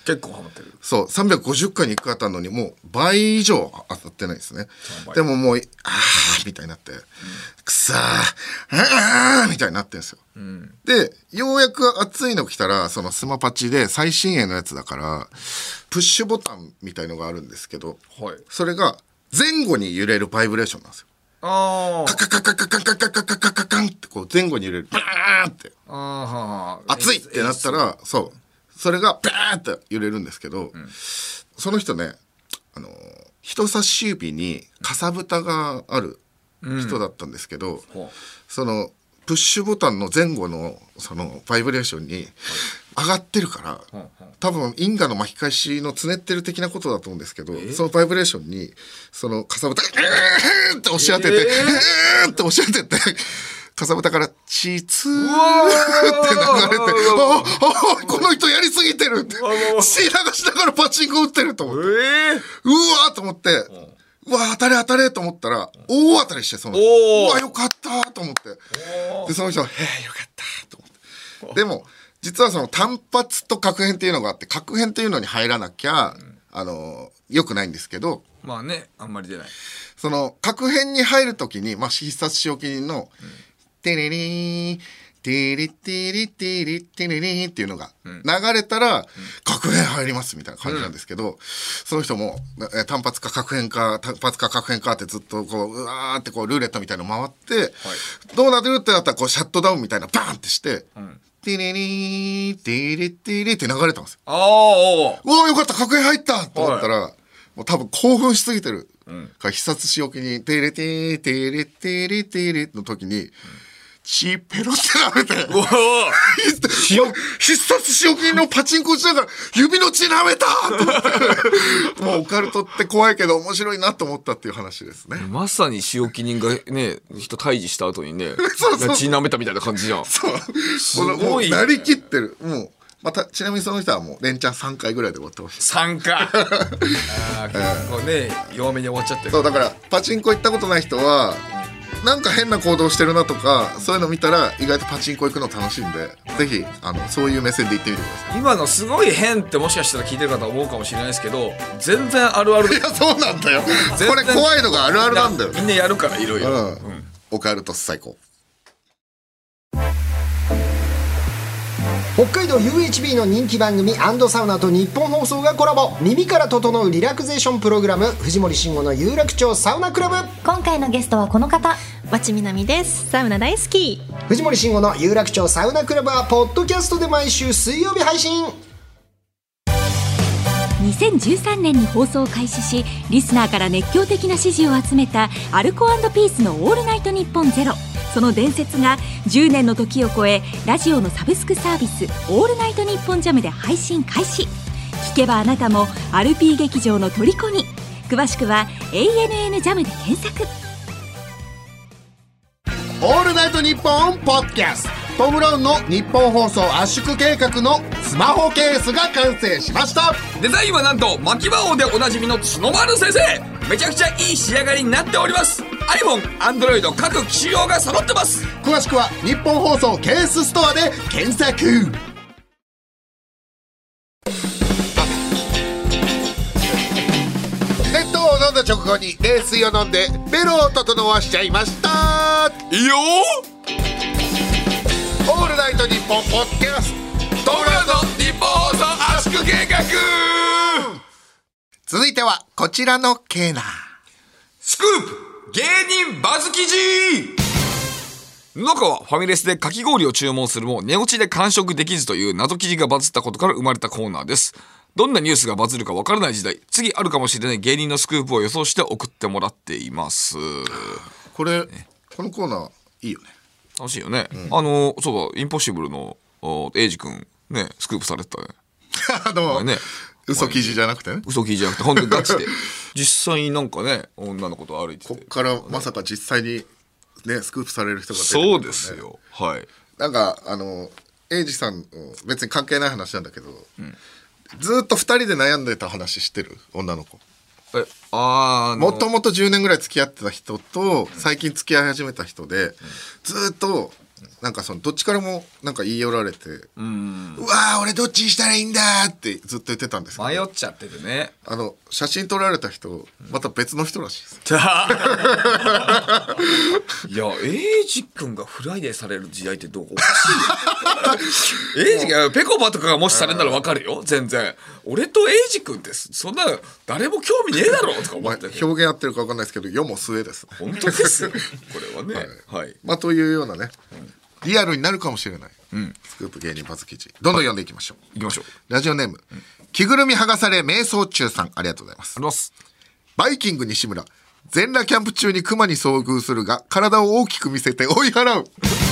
[SPEAKER 3] 結構ハマってる。
[SPEAKER 2] そうさんびゃくごじゅっかいにいっかい当たるのにもう倍以上当たってないですね。でももうあーみたいになって、うん、くさーあーみたいになってるんですよ、うん、でようやく熱いの来たらそのスマパチで最新鋭のやつだからプッシュボタンみたいのがあるんですけど、はい、それが前後に揺れるバイブレーションなんですよ。あカカカカカカカカカカカカカンってこう前後に揺れるバーンってあ熱いってなったらそうそれがバーンって揺れるんですけど、うん、その人ねあの人差し指にかさぶたがある人だったんですけど、うん、そのプッシュボタンの前後のそのバイブレーションに上がってるから、はい、多分因果の巻き返しのつねってる的なことだと思うんですけど、そのバイブレーションにそのかさぶたがうーんって押し当てて、えー、うーんって押し当ててかさぶたからチツーって流れて、ああこの人やりすぎてるって血流しながらパチンコ打ってると思って、えー、うわーと思って、うわ当たれ当たれと思ったら大当たりして、そのうわよかったと思って、でその人はへえよかったと思って、でも実はその単発と確変っていうのがあって、確変っていうのに入らなきゃ、うん、あのよくないんですけど、
[SPEAKER 3] まあねあんまり出ない。
[SPEAKER 2] その確変に入るときに、まあ、必殺仕置き人の、うん、テレリーテレテレテレテレレっていうのが流れたら、うん、確変入りますみたいな感じなんですけど、うん、その人も単発か確変か単発か確変かってずっとこううわーってこうルーレットみたいなの回って、はい、どうなってるってなったらこうシャットダウンみたいなバーンってして、うんテレリーテレテレって流れたんですよ。ああ、うわよかった確変入ったと思ったら、はい、もう多分興奮しすぎてる、うん、から必殺仕置きにテレテレテレテレテレの時に、うん、血ペロって舐めて必殺仕置きのパチンコ打ちながら指の血舐めたと思ってもうオカルトって怖いけど面白いなと思ったっていう話ですね。
[SPEAKER 3] まさに仕置き人がね人退治した後にねそうそう血舐めたみたいな感じじゃん。そう
[SPEAKER 2] すごい、ね、もうなりきってる。もうまたちなみにその人はもう連チャンさんかいぐらいで終わってほしい。
[SPEAKER 3] さんかいあ結構ね弱めに終わっちゃってる。
[SPEAKER 2] そうだからパチンコ行ったことない人はなんか変な行動してるなとかそういうの見たら意外とパチンコ行くの楽しいんで、ぜひあのそういう目線で行ってみてください。
[SPEAKER 3] 今のすごい変ってもしかしたら聞いてる方は思うかもしれないですけど、全然あるある。
[SPEAKER 2] いやそうなんだよこれ怖いのがあるあるなんだよ。
[SPEAKER 3] みんなやるからいろいろ。
[SPEAKER 2] オカルト最高。
[SPEAKER 5] 北海道 ユーエイチビー の人気番組&サウナと日本放送がコラボ、耳から整うリラクゼーションプログラム、藤森慎吾の有楽町サウナクラブ。
[SPEAKER 6] 今回のゲストはこの方、町みなみです。サウナ大好き。
[SPEAKER 5] 藤森慎吾の有楽町サウナクラブはポッドキャストで毎週水曜日配信。
[SPEAKER 1] にせんじゅうさんねんに放送を開始し、リスナーから熱狂的な支持を集めたアルコ&ピースのオールナイトニッポンゼロ。その伝説がじゅうねんの時を超え、ラジオのサブスクサービスオールナイトニッポンジャムで配信開始。聞けばあなたもアルピー劇場の虜に。詳しくは エーエヌエヌ ジャムで検索。
[SPEAKER 2] オールナイトニッポンポッドキャスト、トム・ブラウンの日本放送圧縮計画のスマホケースが完成しました。
[SPEAKER 3] デザインはなんと牧場王でおなじみの角丸先生。めちゃくちゃいい仕上がりになっております。 iPhone、Android 各機種用が揃ってます。
[SPEAKER 2] 詳しくは日本放送ケースストアで検索。熱湯を飲んだ直後に冷水を飲んでベロを整わしちゃいました。
[SPEAKER 3] いいよ
[SPEAKER 2] オールナイトニッポンポッドキャスト、トム・ブラウンの日本放送圧縮計画。続いてはこちらのケーナー。
[SPEAKER 3] スクープ芸人バズ記事。野川ファミレスでかき氷を注文するも寝落ちで完食できずという謎記事がバズったことから生まれたコーナーです。どんなニュースがバズるかわからない時代、次あるかもしれない芸人のスクープを予想して送ってもらっています。
[SPEAKER 2] これ、ね、このコーナーいいよね。
[SPEAKER 3] 楽しいよね、うん、あのそうだインポッシブルのエイジ君ねスクープされてたね
[SPEAKER 2] あのね嘘記事じゃなくてね、
[SPEAKER 3] 嘘記事じゃなくて本当にガチで実際になんかね女の子と歩いてて、
[SPEAKER 2] こっからまさか実際にねスクープされる人が出てくる、ね、
[SPEAKER 3] そうですよ。はい。
[SPEAKER 2] なんかあのエイジさん別に関係ない話なんだけど、うん、ずっとふたりで悩んでた話知ってる？女の子。
[SPEAKER 3] えあ
[SPEAKER 2] もともとじゅうねんぐらい付き合ってた人と最近付き合い始めた人で、うん、ずっとなんかそのどっちからもなんか言い寄られて、うわー俺どっちにしたらいいんだってずっと言ってたんですけど、
[SPEAKER 3] 迷っちゃっててね。
[SPEAKER 2] あの写真撮られた人また別の人らしいです。
[SPEAKER 3] いや、エイジ君がフライデーされる時代ってどうおかしい。エイジがペコパとかがもしされるならわかるよ、全然。俺とエイジ君ってそんな誰も興味ねえだろとか思
[SPEAKER 2] まあ
[SPEAKER 3] って
[SPEAKER 2] 表現合ってるか分かんないですけど世も末ですね。
[SPEAKER 3] 本当ですよこれはね。はい、はい、
[SPEAKER 2] まあというようなね、リアルになるかもしれない、うん、スクープ芸人バズ記事どんどん読んでいきましょう。
[SPEAKER 3] いきましょう。
[SPEAKER 2] ラジオネーム、うん、着ぐるみ剥がされ瞑想中さん、ありがとうございます。
[SPEAKER 3] あります。
[SPEAKER 2] バイキング西村、全裸キャンプ中にクマに遭遇するが体を大きく見せて追い払う。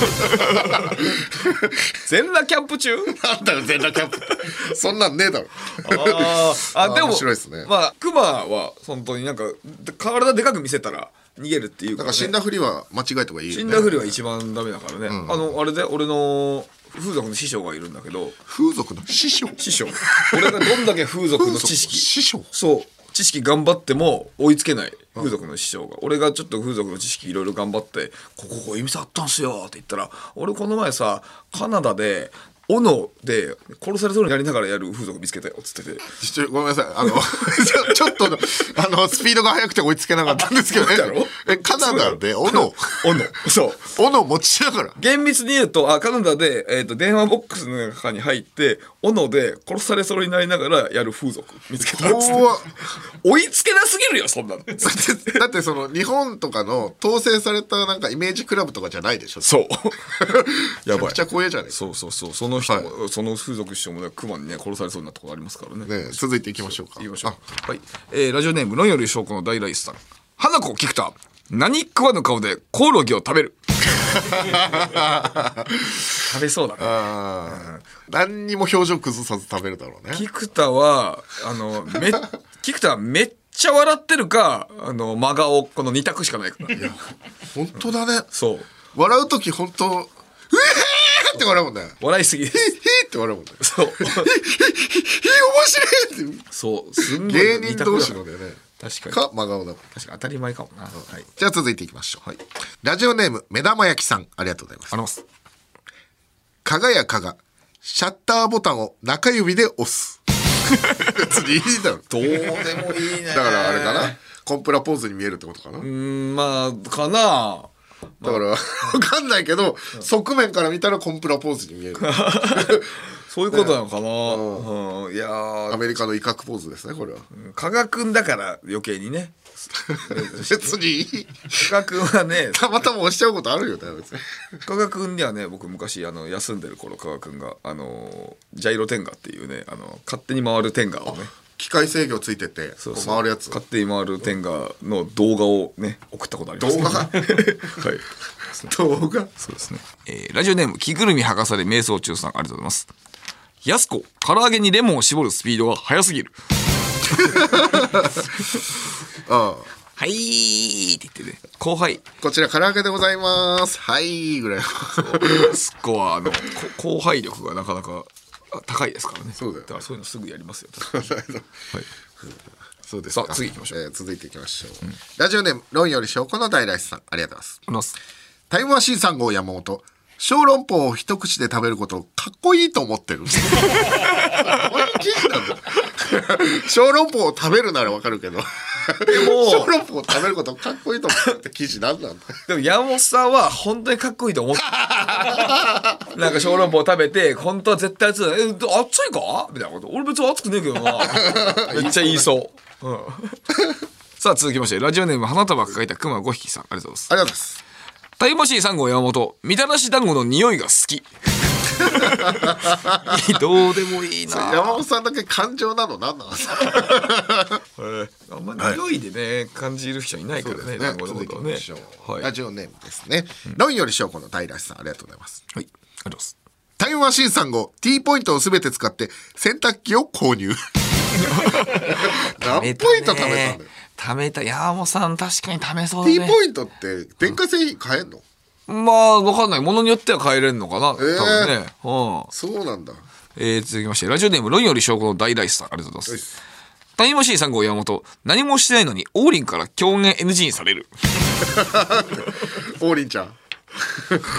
[SPEAKER 3] 全裸キャンプ中
[SPEAKER 2] なんだよ全裸キャンプそんなんねえだろ。
[SPEAKER 3] ああでも
[SPEAKER 2] 面白いですね。
[SPEAKER 3] まあクマは本当になんか体でかく見せたら逃げるっていうか、ね、
[SPEAKER 2] なんか死んだふりは間違えた方がいいよね。
[SPEAKER 3] 死んだふりは一番ダメだからね、うん、あのあれで俺の風俗の師匠がいるんだけど。
[SPEAKER 2] 風俗の師匠
[SPEAKER 3] 師匠俺がどんだけ風俗の知識
[SPEAKER 2] 師匠
[SPEAKER 3] そう知識頑張っても追いつけない風俗の師匠が、俺がちょっと風俗の知識いろいろ頑張ってこここういう店あったんすよって言ったら、俺この前さカナダで斧で殺されそうになりながらやる風俗見つけたよっつってて、
[SPEAKER 2] ちょごめんなさいあのちょちょっとあのスピードが速くて追いつけなかったんですけどね。えカナダで斧
[SPEAKER 3] 斧そう
[SPEAKER 2] 斧持ちながら
[SPEAKER 3] 厳密に言うとあカナダで、えー、と電話ボックスの中に入って斧で殺されそうになりながらやる風俗見つけたっつって追いつけなすぎるよそんなの。だ
[SPEAKER 2] ってだってその日本とかの統制されたなんかイメージクラブとかじゃないでしょ。
[SPEAKER 3] そうやばい
[SPEAKER 2] めちゃくちゃ怖いじゃない。
[SPEAKER 3] そうそうそうその人も、
[SPEAKER 2] はい、
[SPEAKER 3] その風俗師匠もねクマにね殺されそうになったことありますからね。
[SPEAKER 2] ね続いていきましょうか。
[SPEAKER 3] 言いましょう。はい、えー、ラジオネーム論より証拠の大ライスさん、花子菊田何食わぬ顔でコオロギを食べる。食べそうだね。
[SPEAKER 2] あ何にも表情崩さず食べるだろうね。
[SPEAKER 3] 菊田はあのめ菊田はめっちゃ笑ってるかあの真顔、このに択しかないから。いや
[SPEAKER 2] 本当だね。
[SPEAKER 3] そう
[SPEAKER 2] 笑う時本当うえーって笑うもんね。
[SPEAKER 3] 笑いすぎです。
[SPEAKER 2] ヒーって笑うもんね。
[SPEAKER 3] そう
[SPEAKER 2] ヒー面白いって。
[SPEAKER 3] そうすんごい
[SPEAKER 2] 芸人同士のだよね。
[SPEAKER 3] 確かに
[SPEAKER 2] か真顔だ。
[SPEAKER 3] 確かに当たり前かもな、はい、
[SPEAKER 2] じゃあ続いていきましょう、はい、ラジオネーム目玉焼きさん、ありがとうございます。
[SPEAKER 3] あります。
[SPEAKER 2] かがやかがシャッターボタンを中指で押す。別にいいだろ。
[SPEAKER 3] どうでもいいね。
[SPEAKER 2] だからあれかな、コンプラポーズに見えるってことかな。う
[SPEAKER 3] ーんまあかな。
[SPEAKER 2] だから分かんないけど、うん、側面から見たらコンプラポーズに見える。
[SPEAKER 3] そういうことなのかな、ねうん、いや
[SPEAKER 2] アメリカの威嚇ポーズですねこれは。
[SPEAKER 3] 加賀くんだから余計にね。
[SPEAKER 2] 別に
[SPEAKER 3] 加賀くんはね
[SPEAKER 2] たまたま押しちゃうことあるよね別に。
[SPEAKER 3] 加賀くんにはね僕昔あの休んでる頃加賀くんがあのジャイロテンガっていうねあの勝手に回るテンガをね
[SPEAKER 2] 機械制御ついてて
[SPEAKER 3] そうそう
[SPEAKER 2] 回るやつ
[SPEAKER 3] 勝手に回るテンガの動画をね送ったことあります、ね、
[SPEAKER 2] 動画
[SPEAKER 3] はい
[SPEAKER 2] 動画
[SPEAKER 3] そうですね、えー、ラジオネーム着ぐるみ剥がされ瞑想中さん、ありがとうございます。やすこ唐揚げにレモンを絞るスピードが速すぎる。
[SPEAKER 2] ああ
[SPEAKER 3] はいって言ってね後輩
[SPEAKER 2] こちら唐揚げでございますはいぐらい。
[SPEAKER 3] やすこはあの後輩力がなかなか高いですからね。
[SPEAKER 2] そうだよ、ね、
[SPEAKER 3] だからそういうのすぐやりますよ。
[SPEAKER 2] はい、そうですか。さあ次行きましょう、えー、続いていきましょう、うん、ラジオネーム論より証拠の大来さん、ありがとうございます。タイムマシーンさん号山本、小籠包を一口で食べることをかっこいいと思ってる。小籠包を食べるならわかるけど、でも小籠包を食べることをかっこいいと思ってるって記事なんなんだ。
[SPEAKER 3] でも山本さんは本当にかっこいいと思ってなんか小籠包を食べて本当は絶対熱い、え熱いかみたいなこと、俺別に熱くねえけどなめっちゃ言いそう、うん、さあ続きましてラジオネーム花束抱えた熊ごひきさん、ありがとうございます。
[SPEAKER 2] ありがとうございます。
[SPEAKER 3] タイムマシーンさん号山本、みたらし団子の匂いが好き。どうでもいいな。
[SPEAKER 2] 山本さんだけ感情なの何なんですか。
[SPEAKER 3] あんまり匂いでね、はい、感じる人いないからね。
[SPEAKER 2] ね続いていきましょう、はい、ラジオネームですね。論、うん、より証拠の平さん、ありがとうございます。
[SPEAKER 3] はい、ありがとうございます。
[SPEAKER 2] タイムマシーンさん号 T ポイントをすべて使って洗濯機を購入。何ポイント貯めたんだよ。
[SPEAKER 3] 貯めた。山本さん確かに貯めそうだね。
[SPEAKER 2] T ポイントって電化製品買えんの？
[SPEAKER 3] うん、まあ分かんない、ものによっては買えれるのかな、えー、多分ね、
[SPEAKER 2] うん、そうなんだ。
[SPEAKER 3] えー、続きましてラジオネーム論より証拠の大ライスさん、ありがとうございます。タイムマシーンさん号山本、何もしてないのに王林から狂言 エヌジー にされる。
[SPEAKER 2] 王林ちゃん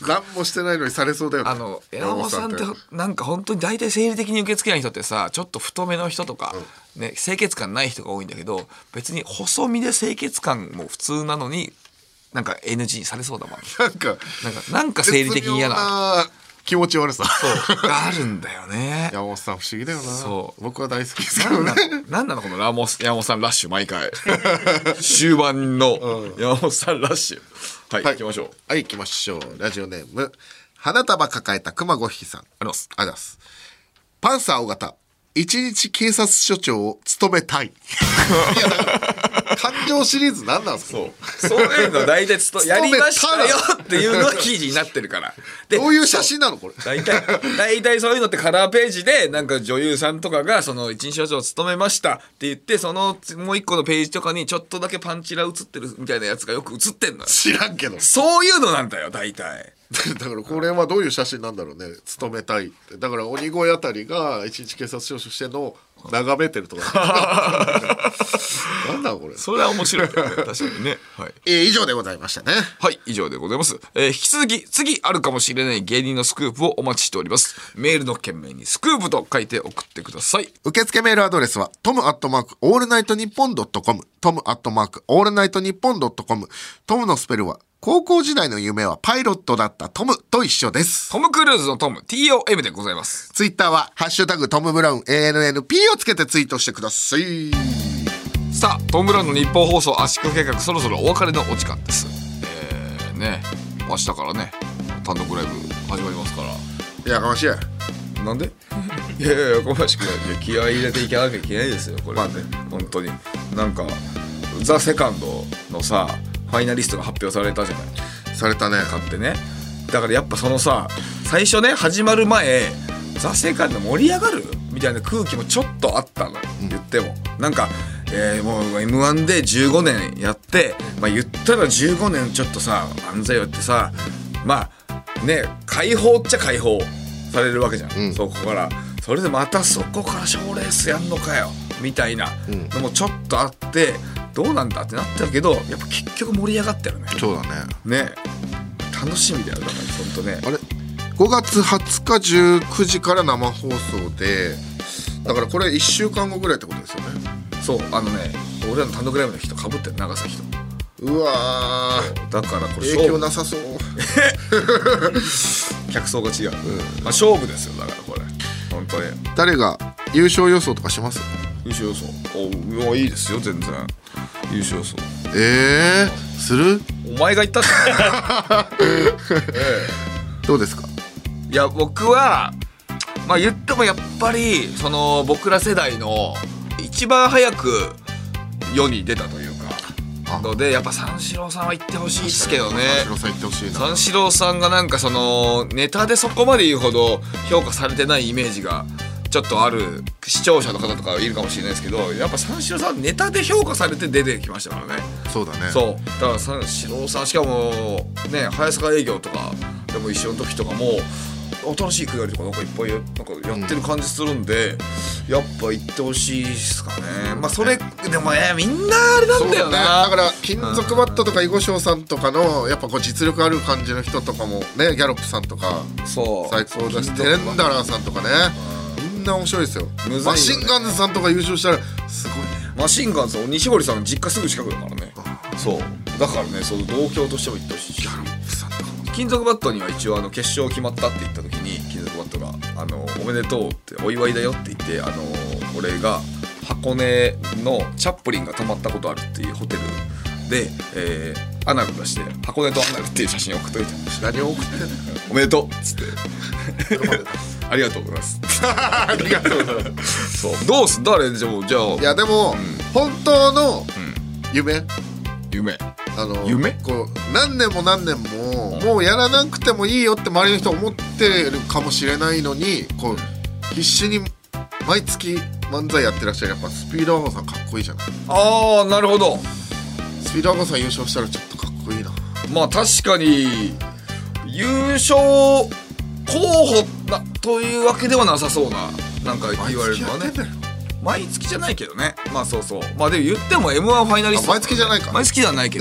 [SPEAKER 2] 何もしてないのにされそうだよね。
[SPEAKER 3] あの山本さんってなんか本当に大体生理的に受け付けない人ってさ、ちょっと太めの人とか、うんね、清潔感ない人が多いんだけど、別に細身で清潔感も普通なのになんか エヌジー にされそうだもん。
[SPEAKER 2] なんか
[SPEAKER 3] なんかなんか生理的に嫌な
[SPEAKER 2] 気持ち悪さ
[SPEAKER 3] そうがあるんだよね。
[SPEAKER 2] 山本さん不思議だよな。
[SPEAKER 3] そう
[SPEAKER 2] 僕は大好きですけどね。
[SPEAKER 3] なんなのこのラモス山本さんラッシュ毎回終盤の山本さんラッシュ、はい、はい、行きましょう。
[SPEAKER 2] はい行きましょう。ラジオネーム花束抱えた熊ごひきさん。あ
[SPEAKER 3] ります
[SPEAKER 2] ありますパンサー尾形一日警察署長を務めたい。いやだから感情シリーズ何なんですか。
[SPEAKER 3] そうそういうの大体つとやりましたよっていうのが記事になってるから。
[SPEAKER 2] でどういう写真なのこれ。
[SPEAKER 3] 大体大体そういうのってカラーページでなんか女優さんとかがその一日署長を務めましたって言って、そのもう一個のページとかにちょっとだけパンチラ写ってるみたいなやつがよく写ってんのよ。
[SPEAKER 2] 知らんけど
[SPEAKER 3] そういうのなんだよ大体。
[SPEAKER 2] だからこれはどういう写真なんだろうね。勤めたいって。だから鬼越あたりが一日警察署長してんのを眺めてるとか。なんだこれ。
[SPEAKER 3] それは面白いよね。確かにね。はい。
[SPEAKER 2] えー、以上でございましたね。
[SPEAKER 3] はい以上でございます。えー、引き続き次あるかもしれない芸人のスクープをお待ちしております。メールの件名にスクープと書いて送ってください。
[SPEAKER 2] 受付メールアドレスはトムアットマークオールナイトニッポンドットコム、トムアットマークオールナイトニッポンドットコム。トムのスペルは高校時代の夢はパイロットだったトムと一緒です。
[SPEAKER 3] トム・クルーズのトム ティーオーエム でございます。
[SPEAKER 2] ツイッターはハッシュタグトムブラウン エーエヌエヌピー をつけてツイートしてください。
[SPEAKER 3] さあトム・ブラウンの日本放送圧縮計画そろそろお別れのお時間です。えー、ね明日からね単独ライブ始まりますから。
[SPEAKER 2] いやかましいや
[SPEAKER 3] なんでいやいややかましくない。いや気合い入れていかなきゃいけないですよこれ。
[SPEAKER 2] まあね
[SPEAKER 3] 本当になんかザ・セカンドのさファイナリストが発表されたじゃない。
[SPEAKER 2] されたね。
[SPEAKER 3] 買ってね。だからやっぱそのさ最初ね始まる前ザ・セカンド盛り上がるみたいな空気もちょっとあったの、うん、言ってもなんか、えー、もう エムワン でじゅうごねんやって、まあ、言ったらじゅうごねんちょっとさ漫才やってさまあね解放っちゃ解放されるわけじゃん、うん、そこからそれでまたそこから賞レースやんのかよみたいなのもちょっとあって、どうなんだってなったけどやっぱ結局盛り上がってるね。
[SPEAKER 2] そうだね。
[SPEAKER 3] ね楽しみだよだから本当ね。
[SPEAKER 2] あれごがつはつかじゅうくじから生放送でだからこれいっしゅうかんごぐらいってことですよね。
[SPEAKER 3] そうあのね俺らの単独ライブの人かぶってる長崎と。
[SPEAKER 2] うわ
[SPEAKER 3] だからこれ
[SPEAKER 2] 影響なさそう
[SPEAKER 3] 客層が違う、うんまあ、勝負ですよだからこれ本当に。
[SPEAKER 2] 誰が優勝予想とかします？
[SPEAKER 3] 優勝予想おいいですよ全然優勝予想。
[SPEAKER 2] えー、する？
[SPEAKER 3] お前が言ったって、え
[SPEAKER 2] え、どうですか？
[SPEAKER 3] いや僕はまあ言ってもやっぱりその僕ら世代の一番早く世に出たというかのでやっぱ三四郎さんは言ってほしいですけどね。
[SPEAKER 2] 三四郎さん言ってほしいな。
[SPEAKER 3] 三四郎さんがなんかそのネタでそこまで言うほど評価されてないイメージがちょっとある視聴者の方とかいるかもしれないですけど、やっぱ三四郎さんネタで評価されて出てきましたからね。
[SPEAKER 2] そうだね。
[SPEAKER 3] そうだから三四郎さんしかもね早坂営業とかでも一緒の時とかも新しいくだりとかなんかいっぱいなんかやってる感じするんで、うん、やっぱ行ってほしいですかね。まあそれでもねみんなあれなんだよな、ね、
[SPEAKER 2] だから金属バットとか囲碁将さんとかのやっぱこう実力ある感じの人とかもね、ギャロップさんとか
[SPEAKER 3] そう
[SPEAKER 2] 最高だし、テレンダラーさんとかね、みんな面白いですよ。
[SPEAKER 3] むずいよね。
[SPEAKER 2] マシンガンズさんとか優勝したらすごいね。
[SPEAKER 3] マシンガンズ西堀さんの実家すぐ近くだからね。そうだからね、その同郷としても行ってほしいし、ギャロップさんとかも金属バットには一応あの決勝決まったって言った時に金属バットがあのおめでとうってお祝いだよって言って、あの俺が箱根のチャップリンが泊まったことあるっていうホテルで、えー、アナル出して箱根とアナルっていう写真を送っといて、
[SPEAKER 2] 何を送ってんの
[SPEAKER 3] おめでとうっつってありがとうございます
[SPEAKER 2] ありがとうございます
[SPEAKER 3] そうどうすんだあれじゃあじゃあ
[SPEAKER 2] いやでも、うん、本当の夢、うん、
[SPEAKER 3] 夢
[SPEAKER 2] あの
[SPEAKER 3] 夢
[SPEAKER 2] こう何年も何年も、うん、もうやらなくてもいいよって周りの人思ってるかもしれないのに、こう必死に毎月漫才やってらっしゃるやっぱスピードワゴンさんかっこいいじゃない。あ
[SPEAKER 3] あなるほど。
[SPEAKER 2] スピードワゴンさん優勝したらちょっとかっこいいな。
[SPEAKER 3] まあ確かに優勝候補なというわけではなさそうな、なんか言われるのはね。毎月じゃないけどね。まあそうそう。まあでも言っても エムワン ファイナリスト、
[SPEAKER 2] 毎月じゃないか。
[SPEAKER 3] 毎月ではないけど。
[SPEAKER 2] でも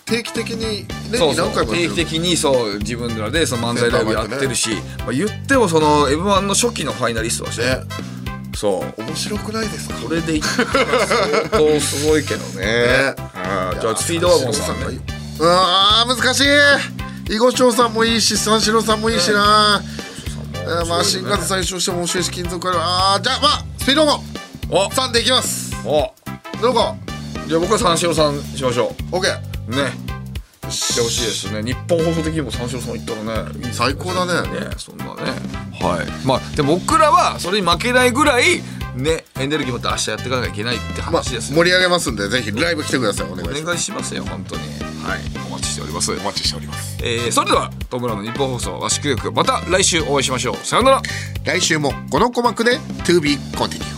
[SPEAKER 2] 定期的に年に
[SPEAKER 3] そうそう
[SPEAKER 2] 何回もやってる。
[SPEAKER 3] 定期的にそう自分らでその漫才ライブやってるし、まあ、言ってもその エムワン の初期のファイナリストだし、
[SPEAKER 2] ね、
[SPEAKER 3] そう
[SPEAKER 2] 面白くないですか。
[SPEAKER 3] これでいったら相当すごいけどね。
[SPEAKER 2] ね
[SPEAKER 3] あーじゃあスピードワゴンさんね。
[SPEAKER 2] うわー難しい。囲碁将さんもいいし三四郎さんもいいしな、えーまあ新型最小しても面白いし金属からあーじゃあまあスピードワゴン
[SPEAKER 3] お
[SPEAKER 2] さんでいきます。
[SPEAKER 3] お
[SPEAKER 2] どうか
[SPEAKER 3] じゃあ僕は三四郎さんしましょ
[SPEAKER 2] OK
[SPEAKER 3] うね。してほしいですね。日本放送的にも三四郎さん行ったらね
[SPEAKER 2] 最高だね。
[SPEAKER 3] ねそんなね。はいまあでも僕らはそれに負けないぐらいねエネルギー持って明日やっていかなきゃいけないって
[SPEAKER 2] まあ
[SPEAKER 3] 話ですよ。
[SPEAKER 2] 盛り上げますんでぜひライブ来てください。お願いします。
[SPEAKER 3] お願いしますよ本当に。はいお待ちしております。
[SPEAKER 2] お待ちしております。
[SPEAKER 3] えー、それではトムラの日本放送和祝曲また来週お会いしましょう。さようなら。
[SPEAKER 2] 来週もこの鼓膜で To be continued。